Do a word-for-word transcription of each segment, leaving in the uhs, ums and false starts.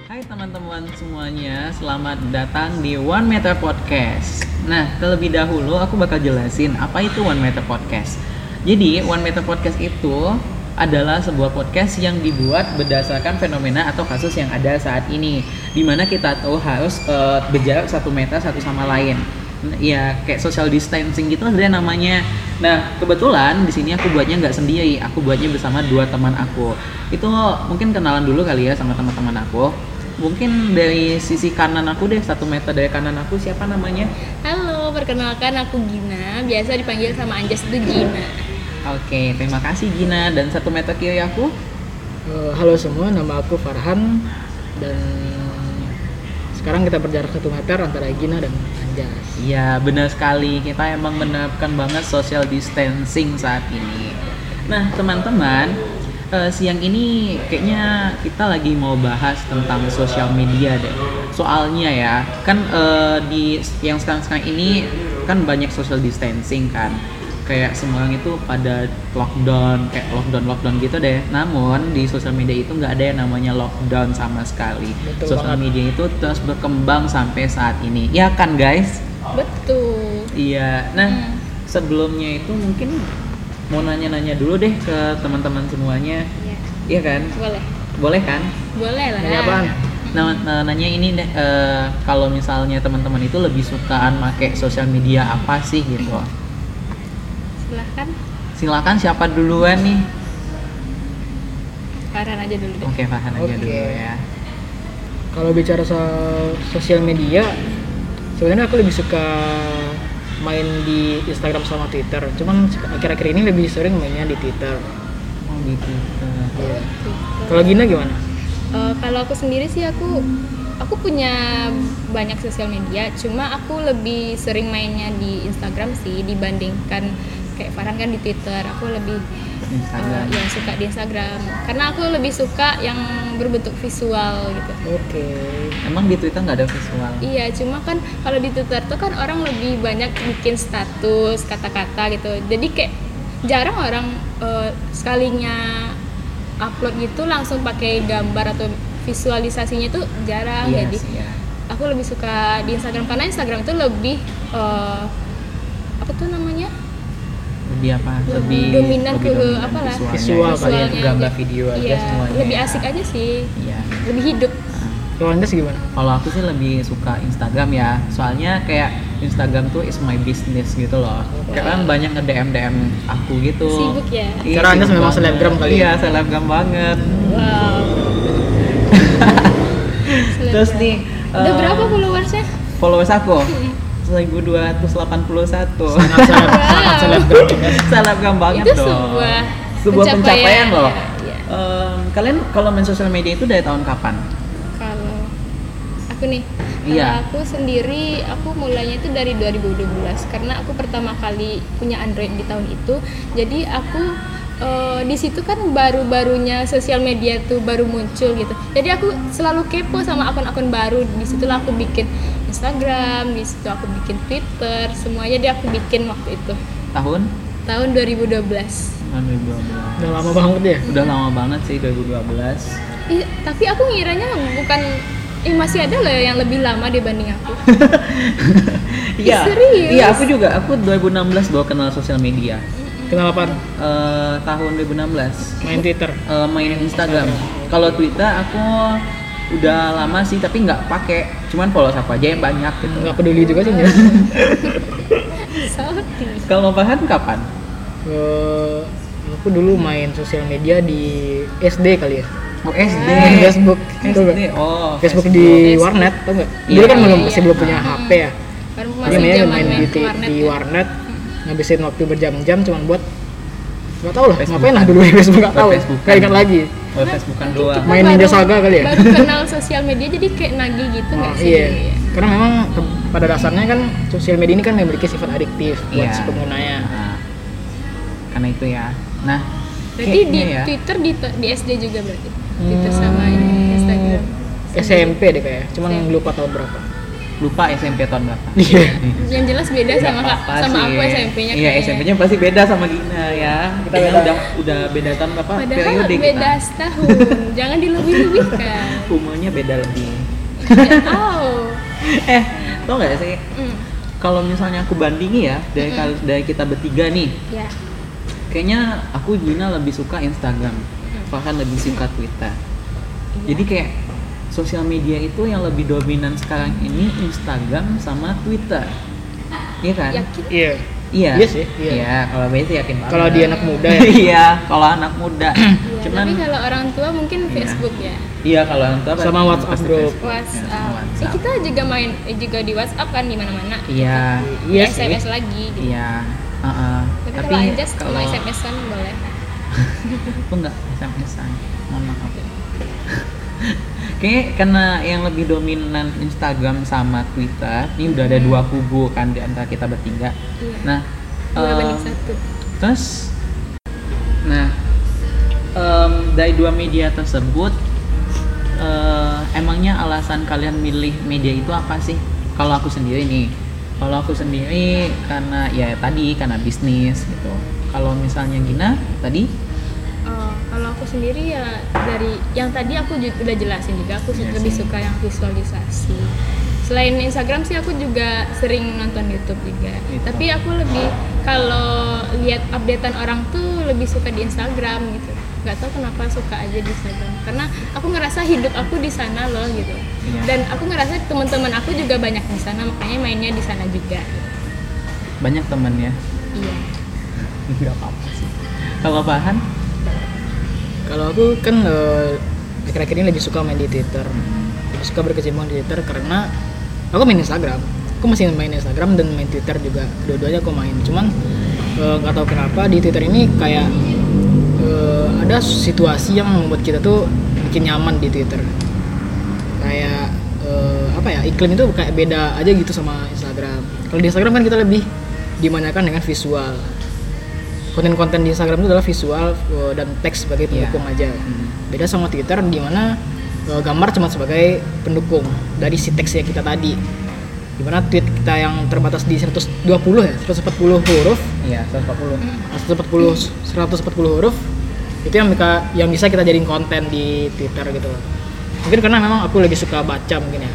Hai teman-teman semuanya, selamat datang di One Meter Podcast. Nah, terlebih dahulu aku bakal jelasin apa itu One Meter Podcast. Jadi, One Meter Podcast itu adalah sebuah podcast yang dibuat berdasarkan fenomena atau kasus yang ada saat ini, dimana kita tahu harus uh, berjarak satu meter satu sama lain. Ya kayak social distancing gitu ada namanya. Nah kebetulan di sini aku buatnya nggak sendiri, aku buatnya bersama dua teman aku. Itu mungkin kenalan dulu kali ya sama teman-teman aku. Mungkin dari sisi kanan aku deh, satu meter dari kanan aku, siapa namanya? Halo, perkenalkan aku Gina, biasa dipanggil sama Anjas itu Gina. Oke, terima kasih Gina. Dan satu meter kiri aku? Uh, halo semua, nama aku Farhan. Dan sekarang kita berjarak satu meter antara Gina dan Anjas. Iya, benar sekali. Kita emang menerapkan banget social distancing saat ini. Nah, teman-teman, uh, siang ini kayaknya kita lagi mau bahas tentang sosial media deh. Soalnya ya, kan uh, di yang sekarang-sekarang ini kan banyak social distancing kan. Kayak semua orang itu pada lockdown, kayak lockdown-lockdown gitu deh. Namun di sosial media itu nggak ada yang namanya lockdown sama sekali. Sosial media itu terus berkembang sampai saat ini. Ya kan guys? Betul. Iya. Nah hmm. sebelumnya itu mungkin mau nanya-nanya dulu deh ke teman-teman semuanya. Iya. Iya kan? Boleh. Boleh kan? Boleh lah. Nanya apaan? Nah, nanya ini deh, uh, kalau misalnya teman-teman itu lebih sukaan pakai sosial media apa sih gitu? Silahkan. Silakan siapa duluan nih? Farhan aja dulu deh. Oke, Farhan aja Oke. dulu ya. Kalau bicara soal sosial media, sebenarnya aku lebih suka main di Instagram sama Twitter. Cuman akhir-akhir ini lebih sering mainnya di Twitter. Oh gitu. Iya. Kalau Gina gimana? Uh, kalau aku sendiri sih aku aku punya banyak sosial media, cuma aku lebih sering mainnya di Instagram sih dibandingkan kayak Farhan kan di Twitter. Aku lebih Instagram. Uh, yang suka di Instagram karena aku lebih suka yang berbentuk visual gitu. Oke. Emang di Twitter nggak ada visual? Iya, cuma kan kalau di Twitter tuh kan orang lebih banyak bikin status kata-kata gitu. Jadi kayak jarang orang uh, sekalinya upload gitu langsung pakai gambar atau visualisasinya tuh jarang. Iya, Jadi sih, ya. aku lebih suka di Instagram karena Instagram itu lebih uh, apa tuh namanya? Lebih apa? Lebih dominan lebih ke dominan apalah visualnya. Visual kali ya, visualnya. gambar video aja Iya, semuanya. lebih asik aja sih. Iya. Lebih hidup. Nah, Kalau Anjas gimana? kalau aku sih lebih suka Instagram ya. Soalnya kayak Instagram tuh is my business gitu loh. Kayak kan banyak nge-D M D M aku gitu. Sibuk ya. Iya, Karena Anjas sibuk memang banget. selebgram kali ya? Iya, selebgram banget. Wow. Terus nih Udah eh, berapa followersnya? followers aku? seribu dua ratus delapan puluh satu. Sangat seleb, sangat selebgram. Selebgram banget Itu dong. sebuah sebuah pencapaian, pencapaian, loh. ya, ya. Em, kalian kalau main sosial media itu dari tahun kapan? Kalau aku nih, Iya. kalau aku sendiri aku mulainya itu dari dua ribu dua belas karena aku pertama kali punya Android di tahun itu. Jadi aku eh, di situ kan baru-barunya sosial media tuh baru muncul gitu. Jadi aku selalu kepo sama akun-akun baru. Di situlah aku bikin Instagram, di situ aku bikin Twitter, semuanya dia aku bikin waktu itu. Tahun? Tahun dua ribu dua belas. Tahun dua ribu dua belas. Udah lama banget ya? Udah lama banget sih dua ribu dua belas. Ih, tapi aku ngiranya bukan eh masih ada loh yang lebih lama dibanding aku. Iya. serius? Iya, aku juga. Aku dua ribu enam belas baru kenal sosial media. Kenal apaan? Eh, tahun dua ribu enam belas. Main Twitter. Eh, main Instagram. Kalau Twitter aku udah lama sih tapi nggak pakai. Cuman follow aku aja yang banyak gitu. Nggak peduli juga sih ya. Salty. Kalau Farhan kapan? Eh, aku dulu main sosial media di S D kali ya. Oh, S D. Main Facebook. Tuh S D. nggak? Oh, Facebook di Facebook. warnet, tau nggak? Iya, Dulu kan iya, belum iya. masih belum punya H P ya. Baru Jadi masih mainnya zaman main main di, ke warnet. di ya. warnet, ngabisin waktu berjam-jam cuman buat nggak tahu lah, Facebookan. ngapain lah dulu di Facebook nggak Buat tahu, Facebookan. nggak ingat lagi. Oh, Facebookan doang. Main Baru- Ninja Saga kali ya? Baru kenal sosial media jadi kayak nagih gitu nggak Oh, sih? iya, karena memang ke- pada dasarnya kan sosial media ini kan memiliki sifat adiktif buat Iya. si penggunanya. Nah, karena itu ya. Nah, Berarti di kayaknya ya. Twitter di, di S D juga berarti. Twitter sama ini, Instagram. S M P deh kayak, cuman Hmm. lupa tahun berapa. Lupa S M P tahun berapa. Iya. Yang jelas beda sama Nggak kak, apa-apa sama sih. aku S M P-nya. Iya, S M P-nya pasti beda sama Gina ya. Kita Kita beda. udah udah beda tahun berapa? Padahal Periode beda kita. setahun. Jangan dilebih-lebihkan. Umurnya beda lebih. Oh. Eh, tau nggak sih? Mm. Kalau misalnya aku bandingi ya dari Mm-mm. kal- dari kita bertiga nih, Ya. kayaknya aku Gina lebih suka Instagram, bahkan lebih suka Twitter. Iya. Jadi kayak sosial media itu yang lebih dominan sekarang ini Instagram sama Twitter. Iya kan? Yakin? Iya. Iya. Iya sih, iya. Iya, kalau Betty yakin banget. Kalau dia anak muda ya. Iya, kalau anak muda. Iya, Cuman tapi kalau orang tua mungkin Iya. Facebook ya. iya kalau orang tua Sama pasti WhatsApp pasti group. Facebook. Ya, sama WhatsApp. Eh, WhatsApp. kita juga main eh, juga di WhatsApp kan di mana-mana. Iya. Iya S sih. M S lagi gitu. Iya. Heeh. Tapi, kalau Anjas cuma S M S-an boleh. aku nggak S M S-an, mohon maaf. Kayaknya karena yang lebih dominan Instagram sama Twitter, ini udah ada dua kubu kan di antara kita bertiga. Iya. Nah, Dua em, banding satu. terus, nah em, dari dua media tersebut, eh, emangnya alasan kalian milih media itu apa sih? Kalau aku sendiri nih, kalau aku sendiri karena ya tadi karena bisnis gitu. Kalau misalnya Gina tadi? Oh, kalau aku sendiri ya dari yang tadi aku ju- udah jelasin juga aku Iya lebih sih. suka yang visualisasi. Selain Instagram sih aku juga sering nonton YouTube juga. Gitu. Tapi aku lebih kalau lihat updatean orang tuh lebih suka di Instagram gitu. Gak tahu kenapa suka aja di Instagram. Karena aku ngerasa hidup aku di sana loh gitu. Iya. Dan aku ngerasa teman-teman aku juga banyak di sana, makanya mainnya di sana juga. Gitu. Banyak temen ya? Iya. Nggak apa-apa sih. Kalau Bahan? Kalau aku kan eh, akhir-akhir ini lebih suka main di Twitter. Lebih suka berkecimpung di Twitter karena aku main Instagram. Aku masih main Instagram dan main Twitter juga. Dua-duanya aku main. Cuman eh, nggak tahu kenapa di Twitter ini kayak eh, ada situasi yang membuat kita tuh bikin nyaman di Twitter. Kayak eh, apa ya? Iklim itu kayak beda aja gitu sama Instagram. Kalau di Instagram kan kita lebih dimanjakan dengan visual. Konten-konten di Instagram itu adalah visual uh, dan teks sebagai pendukung aja. Beda sama Twitter di mana uh, gambar cuma sebagai pendukung dari si teksnya kita tadi. Di mana tweet kita yang terbatas di seratus dua puluh ya, seratus empat puluh huruf, Iya, seratus empat puluh. seratus empat puluh seratus empat puluh huruf itu yang bisa yang bisa kita jadiin konten di Twitter gitu. Mungkin karena memang aku lebih suka baca mungkin ya.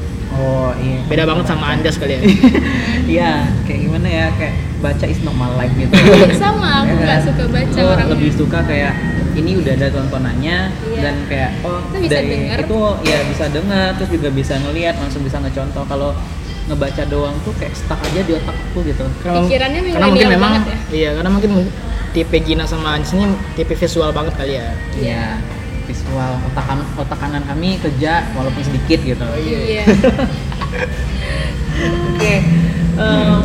Oh iya. Beda banget sama Anjas kali ya. Iya, kayak gimana ya, kayak baca is not my life gitu. Sama, aku Ya nggak kan? suka baca Aku orang. lebih suka kayak ini udah ada tontonannya Iya. dan kayak oh Kita bisa dari denger. itu ya bisa dengar terus juga bisa ngelihat langsung bisa ngecontoh. Kalau ngebaca doang tuh kayak stuck aja di otak aku gitu. Karena, Pikirannya karena mungkin milenial memang banget ya. iya karena mungkin tipe Gina sama Anjas ini tipe visual banget kali ya. Iya, visual otak kan- otak kanan kami kerja walaupun sedikit gitu. Iya. Oke. em,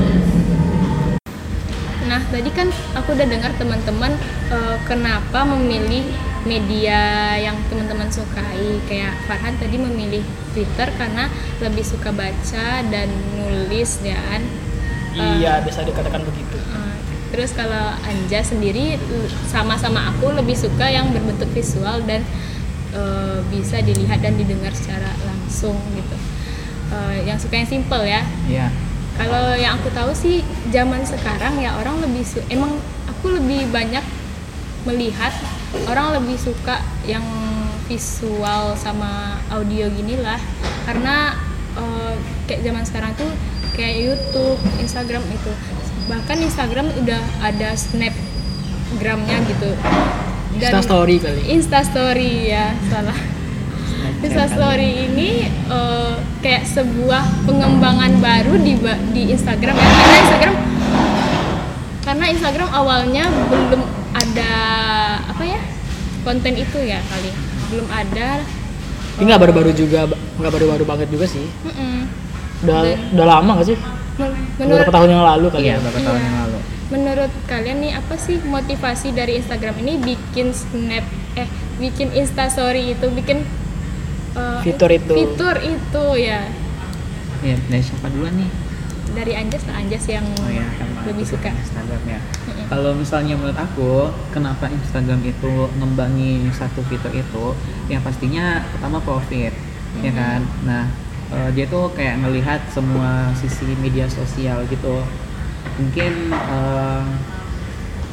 Nah, tadi kan aku udah dengar teman-teman eh, kenapa memilih media yang teman-teman sukai. Kayak Farhan tadi memilih Twitter karena lebih suka baca dan nulis ya kan. Eh, Iya, bisa dikatakan begitu. eh, terus kalau Anja sendiri eh, sama-sama aku lebih suka yang berbentuk visual dan eh, bisa dilihat dan didengar secara langsung gitu. Eh, yang suka yang simple ya. Iya. Kalau yang aku tahu sih zaman sekarang ya orang lebih su- emang aku lebih banyak melihat orang lebih suka yang visual sama audio gini lah karena eh, kayak zaman sekarang tuh kayak YouTube, Instagram itu bahkan Instagram udah ada snapgramnya gitu Insta story kali. Instastory ya salah. Instastory ini eh, kayak sebuah pengembangan baru di ba- di Instagram ya karena Instagram karena Instagram awalnya belum ada apa ya konten itu ya kali belum ada. Ini nggak baru-baru juga, nggak baru-baru banget juga sih. Mm-mm. Udah Dan- udah lama nggak sih? Men- menurut Beberapa tahun yang lalu kali Iya, ya. beberapa tahun Iya. yang lalu. menurut kalian nih apa sih motivasi dari Instagram ini bikin snap eh bikin Instastory itu bikin eh, Fitur itu. fitur itu ya Iya, dari siapa duluan nih? dari Anjas lah Anjas yang Oh ya, kan lebih aku suka. Instagram ya. Mm-mm. Kalau misalnya menurut aku, kenapa Instagram itu ngembangi satu fitur itu? Yang pastinya pertama profit, ya kan. Nah, eh, dia tuh kayak ngelihat semua sisi media sosial gitu. Mungkin eh,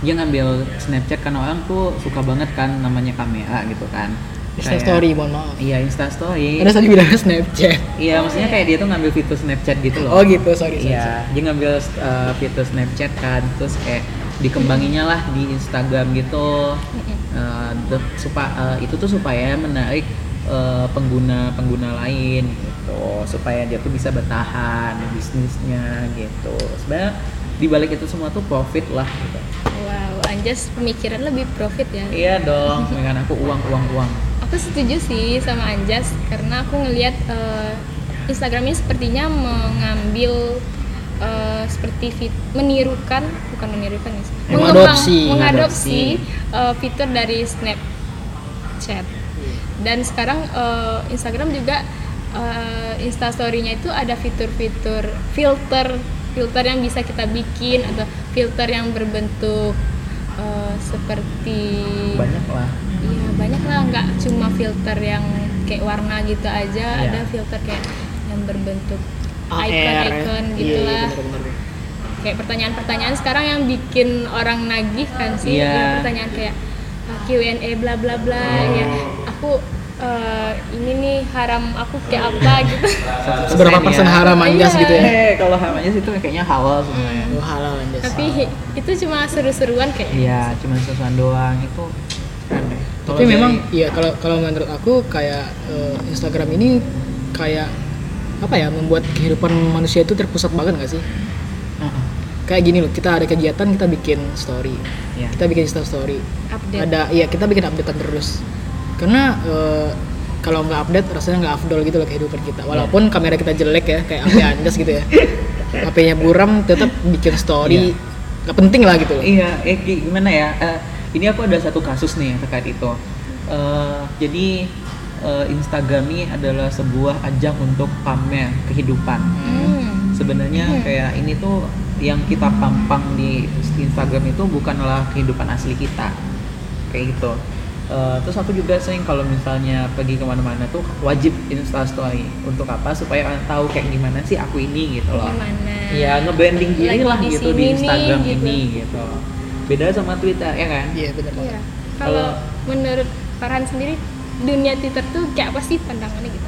dia ngambil Snapchat karena orang tuh suka banget kan namanya kamera gitu kan. Insta Kayak- story, mohon maaf. Iya, Insta story. Ada tadi bilang Snapchat. Iya, maksudnya kayak dia tuh ngambil fitur Snapchat gitu loh. Oh gitu, sorry. sorry, sorry. Iya, dia ngambil uh, fitur Snapchat kan, terus kayak dikembanginya lah di Instagram gitu. Uh, de- supa, uh, itu tuh supaya menarik uh, pengguna-pengguna lain gitu, supaya dia tuh bisa bertahan bisnisnya gitu. Sebenarnya di balik itu semua tuh profit lah gitu. Wow, Anjas pemikiran lebih profit ya. Iya dong, dengan aku uang uang uang. Aku setuju sih sama Anjas karena aku ngelihat eh, Instagramnya sepertinya mengambil eh, seperti fit, menirukan bukan menirukan ya, Mengadopsi. mengembang- mengadopsi Mengadopsi. eh, fitur dari Snapchat. Dan sekarang eh, Instagram juga eh, Instastory-nya itu ada fitur-fitur filter filter yang bisa kita bikin atau filter yang berbentuk eh, seperti Banyak lah. iya banyak lah, nggak cuma filter yang kayak warna gitu aja, Iya. ada filter kayak yang berbentuk A R, icon-icon iya, gitulah. iya, bener-bener. Kayak pertanyaan-pertanyaan sekarang yang bikin orang nagih kan sih, Iya. yang pertanyaan kayak uh, Q and A bla bla bla ya. Aku uh, ini nih haram aku kayak apa gitu. Seberapa persen haram Anjas Iya. gitu ya? Eh, kalau hamanya sih itu kayaknya halal sebenarnya. Oh, halal Anjas. Tapi itu cuma seru-seruan kayak. Iya, cuma sesuatu doang itu keren deh. Tapi Kalau memang dari- iya kalau kalau menurut aku kayak eh, Instagram ini kayak apa ya, membuat kehidupan manusia itu terpusat banget nggak sih? Heeh. Kayak gini loh, kita ada kegiatan kita bikin story, Iya. kita bikin Insta story, Update. ada iya kita bikin updatean terus. Karena eh, kalau nggak update rasanya nggak afdol gitu loh kehidupan kita. Walaupun kamera kita jelek ya, kayak H P Anjas gitu ya, H P-nya buram tetap bikin story, nggak penting lah gitu loh. Iya, eh gi- gimana ya? Eh, ini aku ada satu kasus nih yang terkait itu. Eh, jadi eh, Instagram ini adalah sebuah ajang untuk pamer kehidupan. Hmm. Sebenarnya kayak ini tuh yang kita pampang di Instagram itu bukanlah kehidupan asli kita, kayak gitu. Eh, terus aku juga sering kalau misalnya pergi kemana-mana tuh wajib Insta Story. Untuk apa? Supaya orang tahu kayak gimana sih aku ini gitu loh. Gimana? Iya, nge-branding diri Lagi lah di gitu di sini nih, Instagram gitu. ini gitu. Beda sama Twitter ya kan? Iya benar. Iya. Kalau menurut Farhan sendiri dunia Twitter tuh kayak apa sih pandangannya gitu?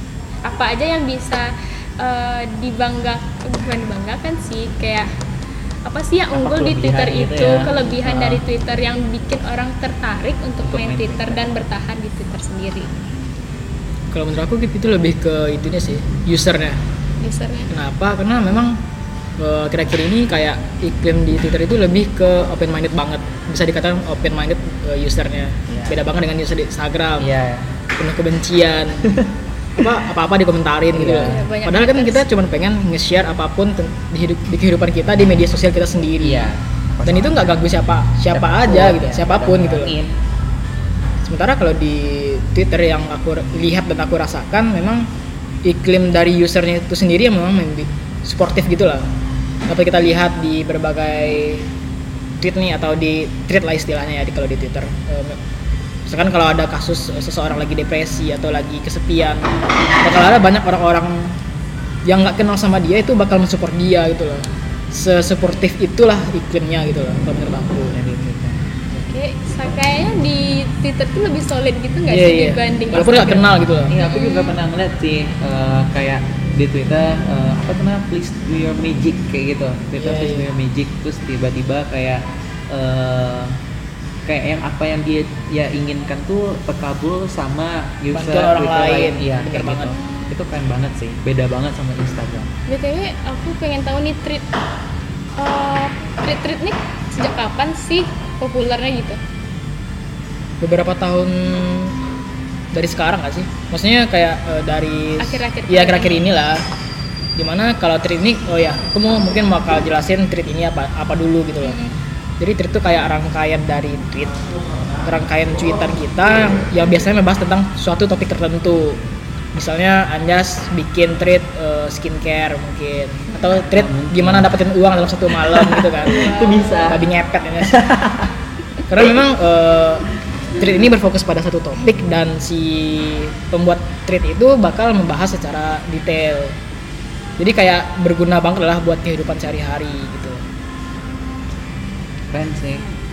Apa aja yang bisa eh, dibangga bukan dibanggakan sih, kayak apa sih yang Apa unggul di kelebihan Twitter gitu itu, ya? kelebihan Ah. dari Twitter yang bikin orang tertarik untuk, Untuk main main Twitter Twitter. dan bertahan di Twitter sendiri Kalau menurut aku itu lebih ke itunya sih, usernya. usernya. Kenapa? Karena memang eh, kira-kira ini kayak iklim di Twitter itu lebih ke open minded banget. Bisa dikatakan open minded eh, usernya. Iya. Beda banget dengan user di Instagram. Iya. Penuh kebencian. apa apa-apa dikomentarin gitu Iya. loh. Iya, banyak Padahal kan haters. kita cuma pengen nge-share apapun ten- di, hidup, di kehidupan kita di media sosial kita sendiri. Iya. Dan itu nggak ganggu siapa siapa aja gitu, siapapun gitu loh. Sementara kalau di Twitter yang aku lihat dan aku rasakan memang iklim dari usernya itu sendiri yang memang lebih sportif gitu lah. Dapat kita lihat di berbagai tweet nih atau di tweet lah istilahnya ya di kalau di Twitter. Eh, Misalkan kalau ada kasus eh, seseorang lagi depresi atau lagi kesepian, bakal ada banyak orang-orang yang nggak kenal sama dia itu bakal mensupport dia gitu loh. Sesuportif itulah iklimnya gitu loh kalau menurut aku. Oke, sa- kayaknya di Twitter tuh lebih solid gitu nggak Iya, sih iya. dibanding Walaupun nggak Instagram? kenal gitu loh. Iya, aku juga pernah ngeliat sih eh, kayak di Twitter eh, apa namanya please do your magic kayak gitu. Twitter Iya, please do iya. your magic terus tiba-tiba kayak eh, kayak yang apa yang dia ya inginkan tuh terkabul sama user Bantuan orang Twitter lain. Iya, Bener kayak banget. gitu. Itu keren banget sih. Beda banget sama Instagram. B T W aku pengen tahu nih tweet eh, tweet-tweet nih sejak kapan sih populernya gitu? Beberapa tahun dari sekarang nggak sih? Maksudnya kayak eh, dari Akhir-akhir Iya tahun akhir-akhir ini. inilah. Dimana kalau tweet ini, oh ya, aku mau mungkin bakal jelasin tweet ini apa apa dulu gitu loh. Mm-mm. Jadi tweet itu kayak rangkaian dari tweet, rangkaian cuitan kita yang biasanya membahas tentang suatu topik tertentu. Misalnya Anjas bikin tweet eh, skincare mungkin, atau tweet gimana dapetin uang dalam satu malam gitu kan. Itu bisa. Babi ngepet ya. Karena memang eh, tweet ini berfokus pada satu topik dan si pembuat tweet itu bakal membahas secara detail. Jadi kayak berguna banget lah buat kehidupan sehari-hari gitu. Keren sih.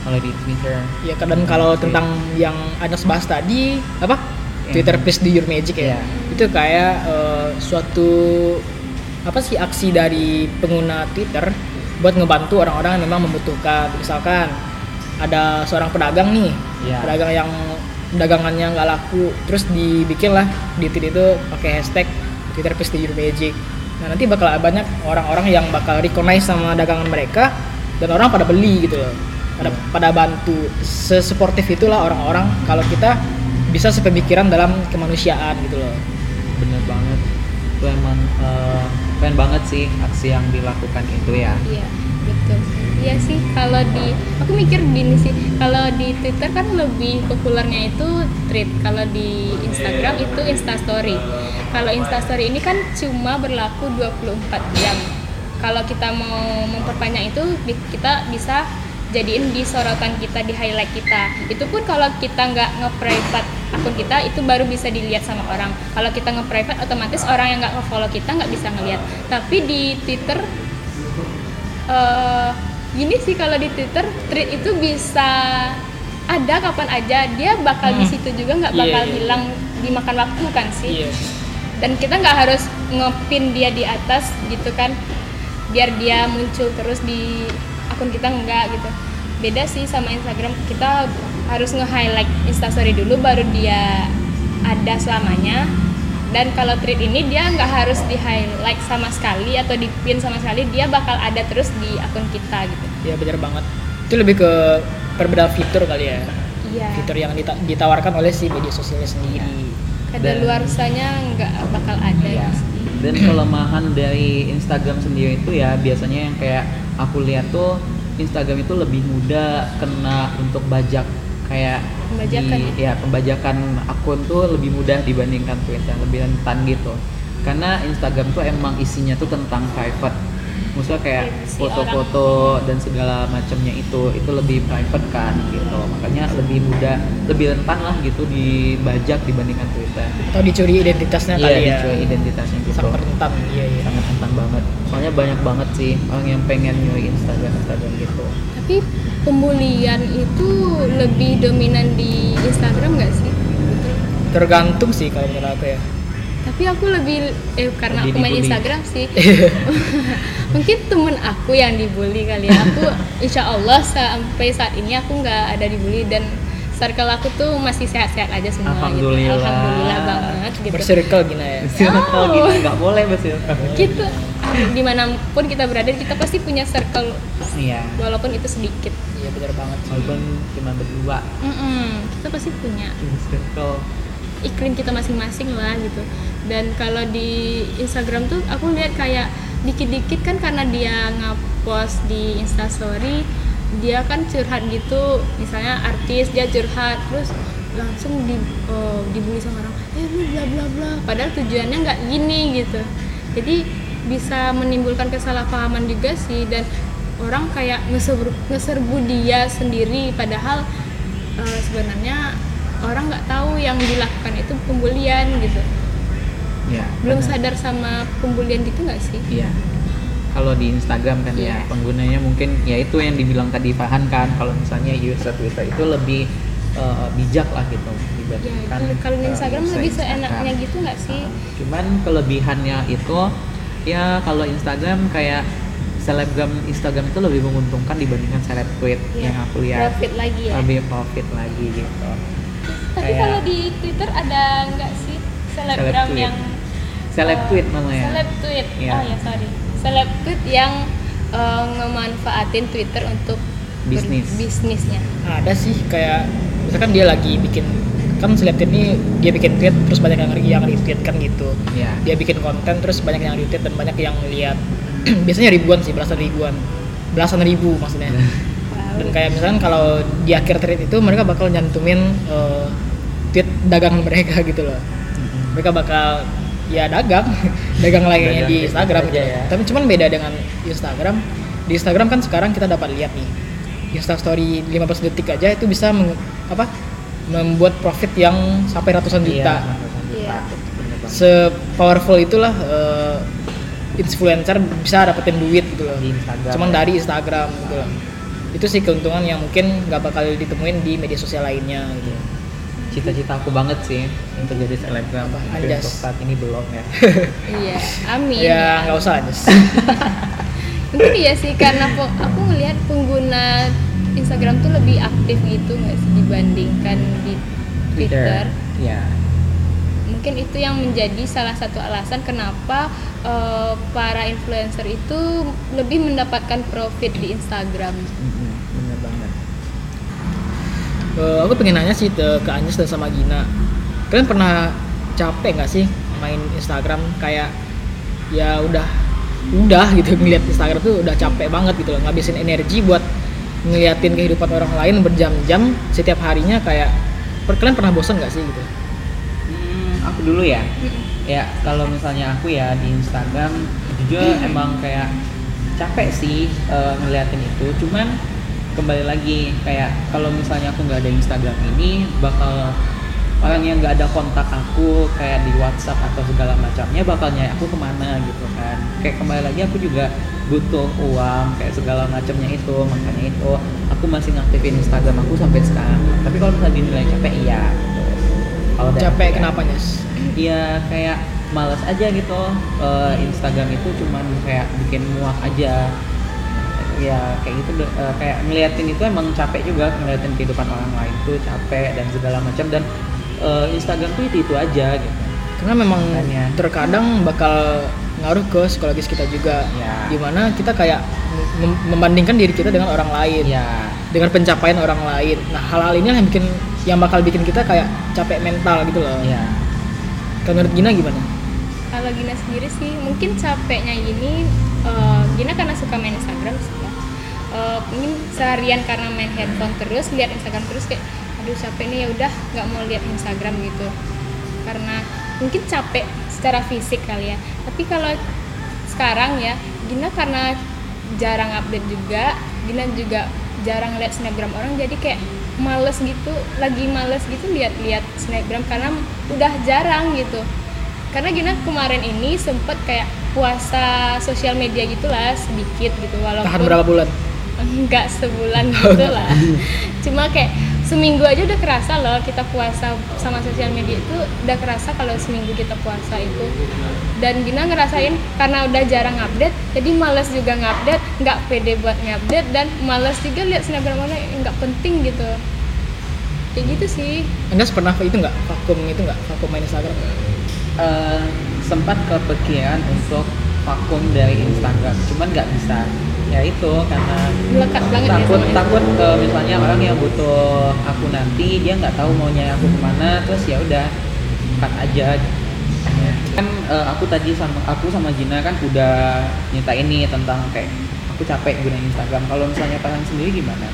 kalau di Twitter. Ya kadang kalau tentang yang Anas bahas tadi apa Yang- Twitter Please Do Your Magic ya, Iya. itu kayak eh, suatu apa sih aksi dari pengguna Twitter buat ngebantu orang-orang yang memang membutuhkan. Misalkan ada seorang pedagang nih, Iya. pedagang yang dagangannya nggak laku, terus dibikin lah di tweet itu pakai hashtag Twitter Please Do Your Magic. Nah nanti bakal banyak orang-orang yang bakal recognize sama dagangan mereka dan orang pada beli gitu loh, pada pada bantu. Sesuportif itulah orang-orang kalau kita bisa sepemikiran dalam kemanusiaan gitu loh. Bener banget. Itu emang eh, keren banget sih aksi yang dilakukan itu ya. Iya, betul. Iya sih, kalau di aku mikir gini sih, kalau di Twitter kan lebih populernya itu tweet, kalau di Instagram itu Instastory. Kalau Instastory ini kan cuma berlaku dua puluh empat jam. Kalau kita mau memperpanjang itu bi- kita bisa jadiin di sorotan kita, di highlight kita. Itu pun kalau kita nggak nge-private akun kita, itu baru bisa dilihat sama orang. Kalau kita nge-private, otomatis orang yang nggak nge-follow kita nggak bisa ngelihat. Tapi di Twitter eh gini sih, kalau di Twitter tweet itu bisa ada kapan aja, dia bakal di Hmm. situ juga, nggak Iya, bakal iya. hilang dimakan waktu kan sih. Iya. Dan kita nggak harus ngepin dia di atas gitu kan, biar dia muncul terus di akun kita, enggak gitu. Beda sih sama Instagram, kita harus nge-highlight Instastory dulu baru dia ada selamanya. Dan kalau tweet ini dia nggak harus di highlight sama sekali atau di pin sama sekali, dia bakal ada terus di akun kita gitu. Iya benar banget. Itu lebih ke perbedaan fitur kali ya. Iya. Fitur yang dita- ditawarkan oleh si media sosialnya sendiri. Kadaluarsanya nggak bakal ada. Iya. Dan kelemahan dari Instagram sendiri itu ya biasanya yang kayak aku lihat tuh Instagram itu lebih mudah kena untuk bajak, kayak Pembajakan di, ya pembajakan akun tuh lebih mudah dibandingkan Twitter, lebih rentan gitu. Karena Instagram tuh emang isinya tuh tentang private. Maksudnya kayak Privasi foto-foto dan segala macamnya itu itu lebih private kan gitu. Makanya lebih mudah, lebih rentan lah gitu dibajak dibandingkan Twitter. Atau dicuri identitasnya Iya, kali ya. dicuri identitasnya gitu. Sangat rentan. Iya iya. Sangat rentan banget. Soalnya banyak banget sih orang yang pengen nyuri Instagram Instagram gitu. Tapi pembulian itu lebih dominan di Instagram nggak sih? Betul. Tergantung sih kalau menurut aku ya. Tapi aku lebih eh karena Lebih aku main dibully. Instagram sih. Mungkin temen aku yang dibully kali ya. Aku insya Allah sampai saat ini aku nggak ada dibully dan circle aku tuh masih sehat-sehat aja semua. Alhamdulillah. Gitu. Alhamdulillah banget gitu. Bersirkel gini ya. Circle gitu nggak boleh bersirkel. Gitu. Dimanapun kita berada, kita pasti punya circle Iya. walaupun itu sedikit. Iya benar banget. Walaupun cuma berdua Mm-mm, kita pasti punya circle. iklim kita masing-masing lah gitu. Dan kalau di Instagram tuh aku lihat kayak dikit-dikit kan, karena dia nge-post di Instastory, dia kan curhat gitu, misalnya artis dia curhat terus langsung di, oh, dibully sama orang, eh lu bla bla bla, padahal tujuannya nggak gini gitu. Jadi bisa menimbulkan kesalahpahaman juga sih, dan orang kayak ngeserbu, ngeserbu dia sendiri, padahal eh, sebenarnya orang nggak tahu yang dilakukan itu pembulian gitu. Ya, Belum benar. sadar sama pembulian gitu nggak sih? Iya. Kalau di Instagram kan ya Iya. penggunanya mungkin ya itu yang dibilang tadi Fahan kan, kalau misalnya user Twitter itu lebih eh, bijak lah gitu Ya, dibandingkan kalau- kalau di eh, Instagram user lebih Instagram. seenaknya gitu nggak sih? Cuman kelebihannya itu ya kalau Instagram kayak selebgram Instagram itu lebih menguntungkan dibandingkan seleb tweet Iya. yang aku lihat. Profit lagi ya. Lebih profit lagi gitu. Tapi Kayak- kalau di Twitter ada nggak sih Seleb selebgram tweet. yang Seleb eh, tweet namanya. Seleb tweet. Iya. Oh ya sorry. Seleb tweet yang eh, ngemanfaatin Twitter untuk Bisnis. bisnisnya. Ada sih kayak misalkan dia lagi bikin, kan seleb tweet ini dia bikin tweet terus banyak yang yang retweet kan gitu. Iya. Dia bikin konten terus banyak yang retweet dan banyak yang lihat. Biasanya ribuan sih, belasan ribuan. Belasan ribu maksudnya. Dan kayak misalkan kalau di akhir tweet itu mereka bakal nyantumin eh, tweet dagangan mereka gitu loh. Mereka bakal ya dagang, dagang layaknya Dagang di gitu Instagram aja gitu. ya. Tapi cuman beda dengan Instagram. Di Instagram kan sekarang kita dapat lihat nih, Instastory lima belas detik aja itu bisa meng- apa membuat profit yang sampai ratusan juta. Iya, ratusan juta. Iya. Bener banget. Se-powerful itulah eh, influencer bisa dapetin duit gitu loh. Di Instagram. Cuman ya. dari Instagram gitu loh. Itu sih keuntungan yang mungkin nggak bakal ditemuin di media sosial lainnya gitu. Cita-cita aku banget sih untuk jadi selebgram. Tapi Anjas. untuk saat ini belum ya. Iya, amin. Ya nggak usah aja. Mungkin iya sih karena aku, aku ngelihat pengguna Instagram tuh lebih aktif gitu nggak sih dibandingkan di Twitter. Ya. Mungkin itu yang menjadi salah satu alasan kenapa uh, para influencer itu lebih mendapatkan profit di Instagram. Mm-hmm, bener banget. Uh, aku pengen nanya sih ke, ke Anjas dan sama Gina. Kalian pernah capek nggak sih main Instagram kayak ya udah udah gitu ngeliat Instagram tuh udah capek banget gitu loh, ngabisin energi buat ngeliatin kehidupan orang lain berjam-jam setiap harinya kayak per, kalian pernah bosan nggak sih gitu? Hmm, aku dulu ya. Ya kalau misalnya aku ya di Instagram jujur emang kayak capek sih uh, ngeliatin itu. Cuman kembali lagi kayak kalau misalnya aku nggak ada Instagram ini bakal orang yang nggak ada kontak aku kayak di WhatsApp atau segala macamnya bakal nyari aku kemana gitu kan. Kayak kembali lagi aku juga butuh uang kayak segala macamnya itu, makanya itu aku masih ngaktifin Instagram aku sampai sekarang. Tapi kalau misalnya dinilai capek iya gitu. Kalau Capek kenapa Nyes? Iya kayak males aja gitu. uh, Instagram itu cuman kayak bikin muak aja ya kayak gitu uh, kayak ngeliatin itu emang capek juga, ngeliatin kehidupan orang lain tuh capek dan segala macam. Dan uh, Instagram tuh itu itu aja gitu. Karena memang Makanya. terkadang bakal ngaruh ke psikologis kita juga, Ya. dimana kita kayak mem- membandingkan diri kita dengan orang lain, Ya dengan pencapaian orang lain. Nah hal-hal ini yang bikin yang bakal bikin kita kayak capek mental gitu loh. ya Kalau menurut Gina gimana? Kalau Gina sendiri sih mungkin capeknya ini uh, Gina karena suka main Instagram sih ya. Uh, mungkin seharian karena main handphone terus lihat Instagram terus kayak aduh capek nih ya udah nggak mau lihat Instagram gitu karena mungkin capek secara fisik kali ya. Tapi kalau sekarang ya Gina karena jarang update juga, Gina juga jarang lihat snapgram orang jadi kayak males gitu, lagi males gitu lihat-lihat snapgram karena udah jarang gitu. Karena Gina kemarin ini sempet kayak puasa sosial media gitulah sedikit gitu walaupun Tahan berapa bulan? enggak sebulan gitu lah. Cuma kayak seminggu aja udah kerasa loh kita puasa sama sosial media itu udah kerasa kalau seminggu kita puasa itu. Dan Gina ngerasain karena udah jarang update jadi males juga ngupdate, nggak pede buat ngupdate dan males juga lihat snapgram mana yang nggak penting gitu. Kayak gitu sih. Anda pernah itu nggak vakum itu nggak vakum main Instagram? uh, sempat kepikiran untuk vakum dari Instagram, cuman nggak bisa. Ya itu karena Melekat banget ya takut sama takut uh, misalnya orang yang butuh aku nanti dia nggak tahu mau nyari aku kemana, terus ya udah cut aja. Ya. Kan uh, aku tadi sama aku sama Gina kan udah nyita ini tentang kayak aku capek gunain Instagram. Kalau misalnya kalian sendiri gimana?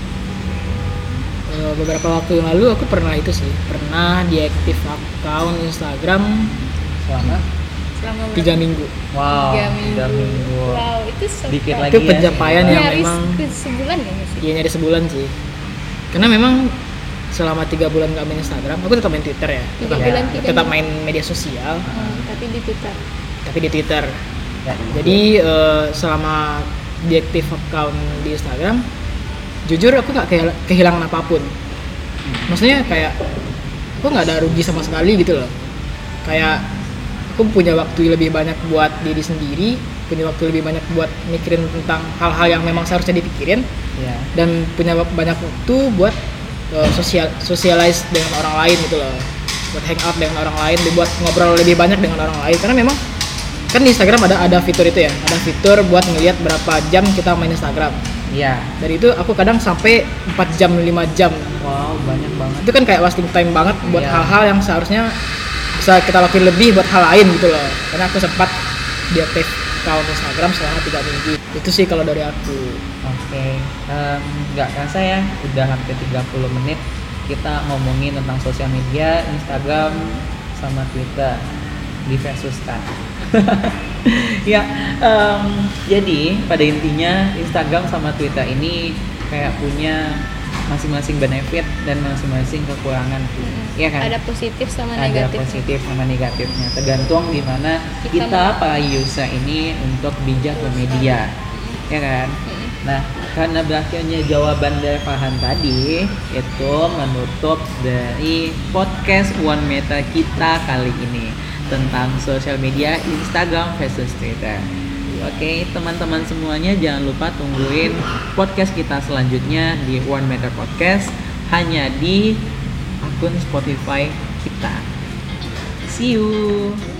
Uh, beberapa waktu yang lalu aku pernah itu sih, pernah deaktif account Instagram Selama selama tiga minggu. wow tiga minggu. tiga minggu. Wow, itu sempat Dikit lagi Itu ya. pencapaian yang nyaris memang ke sebulan ya nggak sih? iya nyari sebulan sih. Karena memang selama tiga bulan nggak main Instagram, aku tetap main Twitter ya, Tiga tetap, bulan, tiga tetap minggu. main media sosial, Hmm, tapi di Twitter. tapi di Twitter. Ya, Jadi uh, selama deaktif account di Instagram, jujur aku nggak kehil- kehilangan apapun. Maksudnya kayak aku nggak ada rugi sama sekali gitu loh. Kayak aku punya waktu lebih banyak buat diri sendiri, punya waktu lebih banyak buat mikirin tentang hal-hal yang memang seharusnya dipikirin, ya. dan punya wak- banyak waktu buat uh, sosial socialize dengan orang lain gitu loh, buat hang out dengan orang lain, buat ngobrol lebih banyak dengan orang lain. Karena memang kan di Instagram ada ada fitur itu ya, ada fitur buat ngelihat berapa jam kita main Instagram. Iya. Dari itu aku kadang sampai empat jam lima jam. Wow, banyak banget. Itu kan kayak wasting time banget buat Iya. hal-hal yang seharusnya bisa kita lakuin lebih buat hal lain gitu loh. Karena aku sempat deaktif account Instagram selama tiga minggu. Itu sih kalau dari aku. Oke, em, nggak kerasa ya, udah hampir tiga puluh menit kita ngomongin tentang sosial media, Instagram sama Twitter di versuskan. Ya, em, jadi pada intinya Instagram sama Twitter ini kayak punya masing-masing benefit dan masing-masing kekurangan, ya kan? Ada positif sama Ada negatif. positif sama negatifnya, tergantung gimana Kita kita mau- para user ini untuk bijak bermedia, ya kan? Nah, karena berakhirnya jawaban dari Farhan tadi itu menutup dari podcast One Meta kita kali ini tentang sosial media Instagram versus Twitter. Oke, teman-teman semuanya jangan lupa tungguin podcast kita selanjutnya di One Meta Podcast hanya di akun Spotify kita. See you.